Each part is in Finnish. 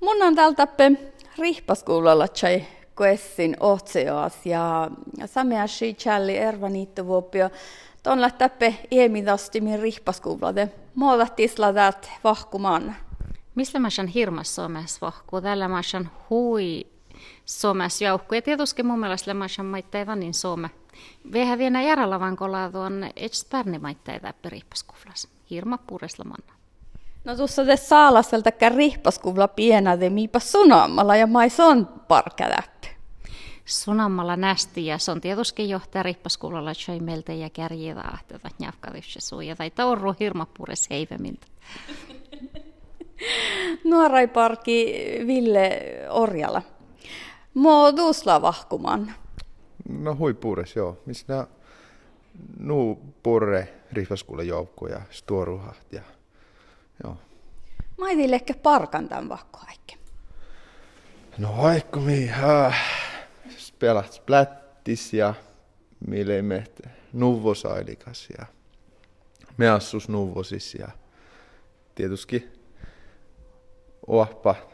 Mun on täältä rihpaskuulalla tjai koessin otseoas ja sameasi tjalli ervaniittuvuopio tuonla täppe iemidastimin rihpaskuulade. Muuta tisla täältä vahkumaan. Mistä mä saan hirmas Suomessa vahkuu? Tällä mä saan hui Suomessa joukku. Ja tietysti mun mielestä mä saan maittain vanin Suome. Vähän vielä järjellä kolaa tuon etspärni maittain täppe rihpaskuulas. Hirma puresla manna. No tuossa te saalas välttäkään rihpaskuulla pienäde miipa sunammalla ja mais on parkäläppä. Sunammalla nästi ja se on tietysti johtaja rihpaskuulalla tjoi meiltä ja kärjitä tätä njavkavissa suja tai taurru hirma pures heivemiltä. Nuorai parki Ville Orjala. Mo duusla vahkuman. No hui puures, joo. Missä nuu purre rihpaskuulla joukkoja, stuoruhat ja joo. Mä ei ehkä parkan tämän vahkuaikke. No aikku spelat splättis ja mille me nuvosailikas ja me assus nuvosis ja tietysti oappa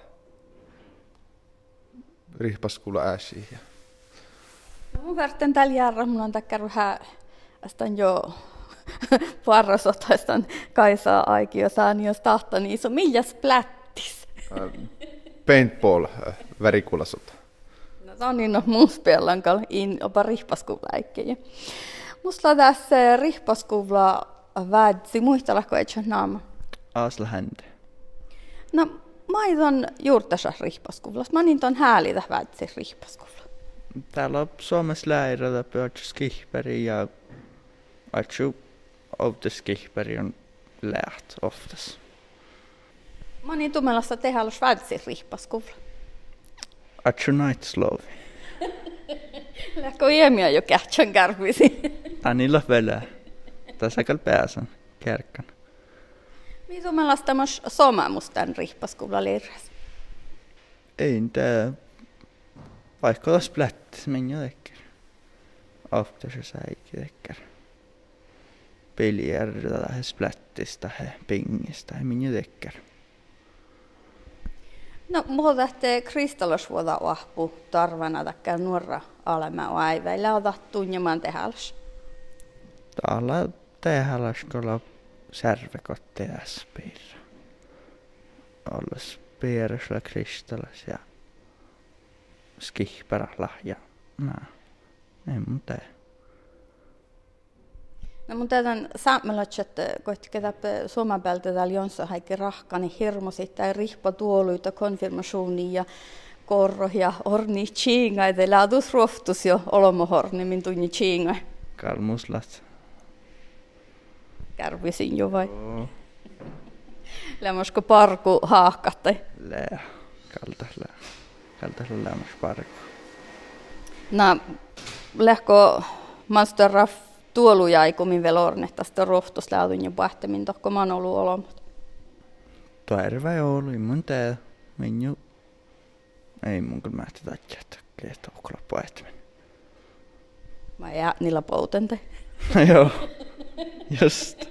rihpaskuulla ääsiä. No mun verran tällä järjellä mulla on takkaru astan jo varrosotaistan Kaisaa aikio saani jos tahto niin iso. Milläs plättis? Paintball värikulasota. No se on niin no mun spellankalla opa rihpaskuulla. Musta tässä rihpaskuulla vädsi muistelako etsä naama? Aslahände. No mä oon juurtasa rihpaskuulas. Mä niin ton häälitä vädsi rihpaskuulla. Täällä on Suomessa läirällä pöydässä kihperi ja atsu outoskihperi on läht oftas. Mä niin tumelassa tehdä alas vädsi rihpaskuulla. Atsu nightslovi. Lähkö iemiä jo kähtsän kärvisi. Anilla velää. Tässä kal pääsen kärkän. Mihin tumelassa tämmöis somamus tän rihpaskuulla liirräs? Ei tää vaikka olas plättis minä tekkär. Oftassa säikin tekkär. Peliärjellä lähes plättistä ja pingistä ja minä tekkär. No, mulla lähtee kristallisvuoda ahpu tarvana takia nuora alema aiveillä otat tunnemaan tehäls. Täällä tehäläs kyllä särvekot teäs piirra. Olles piirrysllä kristallis ja skihperällä ja nää. Ei mun tee. No mun täytän saamelaat, että kohti ketä Suomen päältä täällä Jonsson haikki rahkani hirmosit tai rihpatuoluita, konfirmationi ja korro ja orni tjiingai. Teillä on tuossa rohtus jo olomohorni, min tunni tjiingai. Kalmuslat. Kärvisin jo vai? Lämmäskö parku haahkattai? Lää. Kaltasla lämmäs parku. No, lähkö manstöra tuolujaikummin velornettasta rohtusläytyn ja pähtämin tohko mä oon ollut olomot. Toirva ei ollut, mun tää. Minju. Ei mun kyllä mähti tatsia, että keestä ukla pähtämin. Mä jää niillä poutente. Joo, just.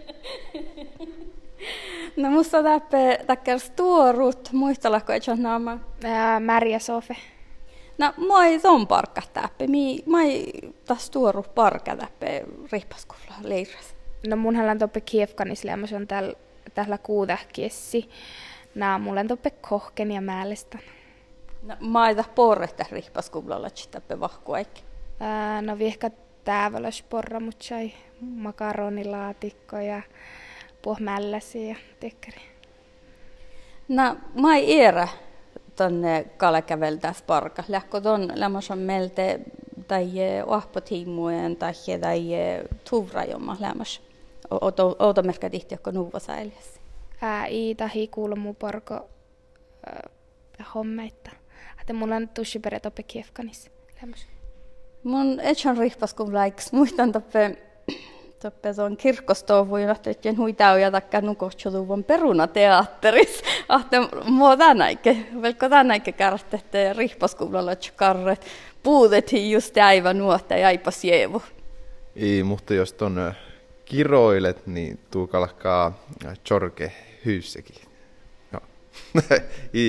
No musta täkkärs tuorut, muistelako et on naama? Märja Sofe. No mä ei ton parkka täppä, mä ei taas tuorut parkka täppä rihpaskulla leiräs. No munhan on toppe kiefkanisle, mä on täällä kuutähkiessi. Mulla on toppe kohken ja määlestän. No mä ei taas porrehtä rihpaskulla täppä vahkuaikki. No viehkä täävälös porra, mut sai makaronilaatikko ja puhmälläsi ja tekkeri. No mä ei iärä tonne kalekäveltäs parka. Lähkö ton lämmösen meiltä tai ahpotiimujen tai tuvrajomma lämmös. Outomerkka tihti, joka nuuvasäilijässä. Ii tahi kuulu muu porko hommeitta. Että mulla on tussiperet oppe kiefkanis lämmös. Mun etsan rihpaskun laiks muistan toppe tuon kirkkostovuun, että huitauja takkaan nukohtsutuvan perunateatteris. Ahte mua tänäike, velko tänäike kärtette rihpaskullalla karret. Puutettiin just aivan nuotta ja aipas jeevu. Ei, mutta jos ton kiroilet, niin tuu kalkaa Jorge Hyysekin. Joo.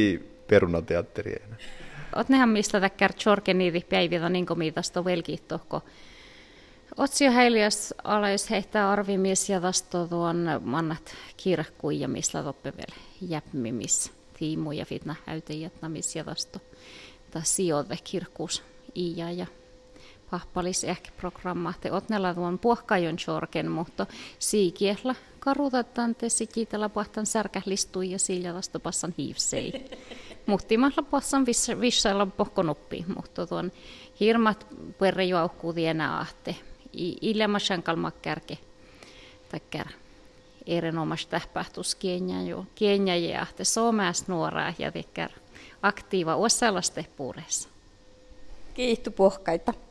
perunateatteria. Oot nehän mistä täkkär Jorgeniiri päivitä niin kuin miitasto velkiittohko. Otsio häiliäs alais heittää arvimis ja tästä tuon mannat kirkkuja, missä toppevel jäpmimis, tiimu ja fitna häytejätnamis ja tästä sijoite kirkkuus iä ja pahpalis ehkä programma. Te otnella tuon puhkajon Jorgen, mutta siikiehla karutetaan te sikitellä puhtaan särkählistui ja sillä tästä passan hiivsei. Muhtimalla passan vissailla pohkonuppi, mutta tuon hirmat perrejuaukkuu tienä ahte. Ilmaisen kalmakkärke takkär erinomaisesti tähpähtus Kenya ja ahte Suomessa nuoraa ja tekkär aktiiva osalaste puuressa. Kiitos pohkaita.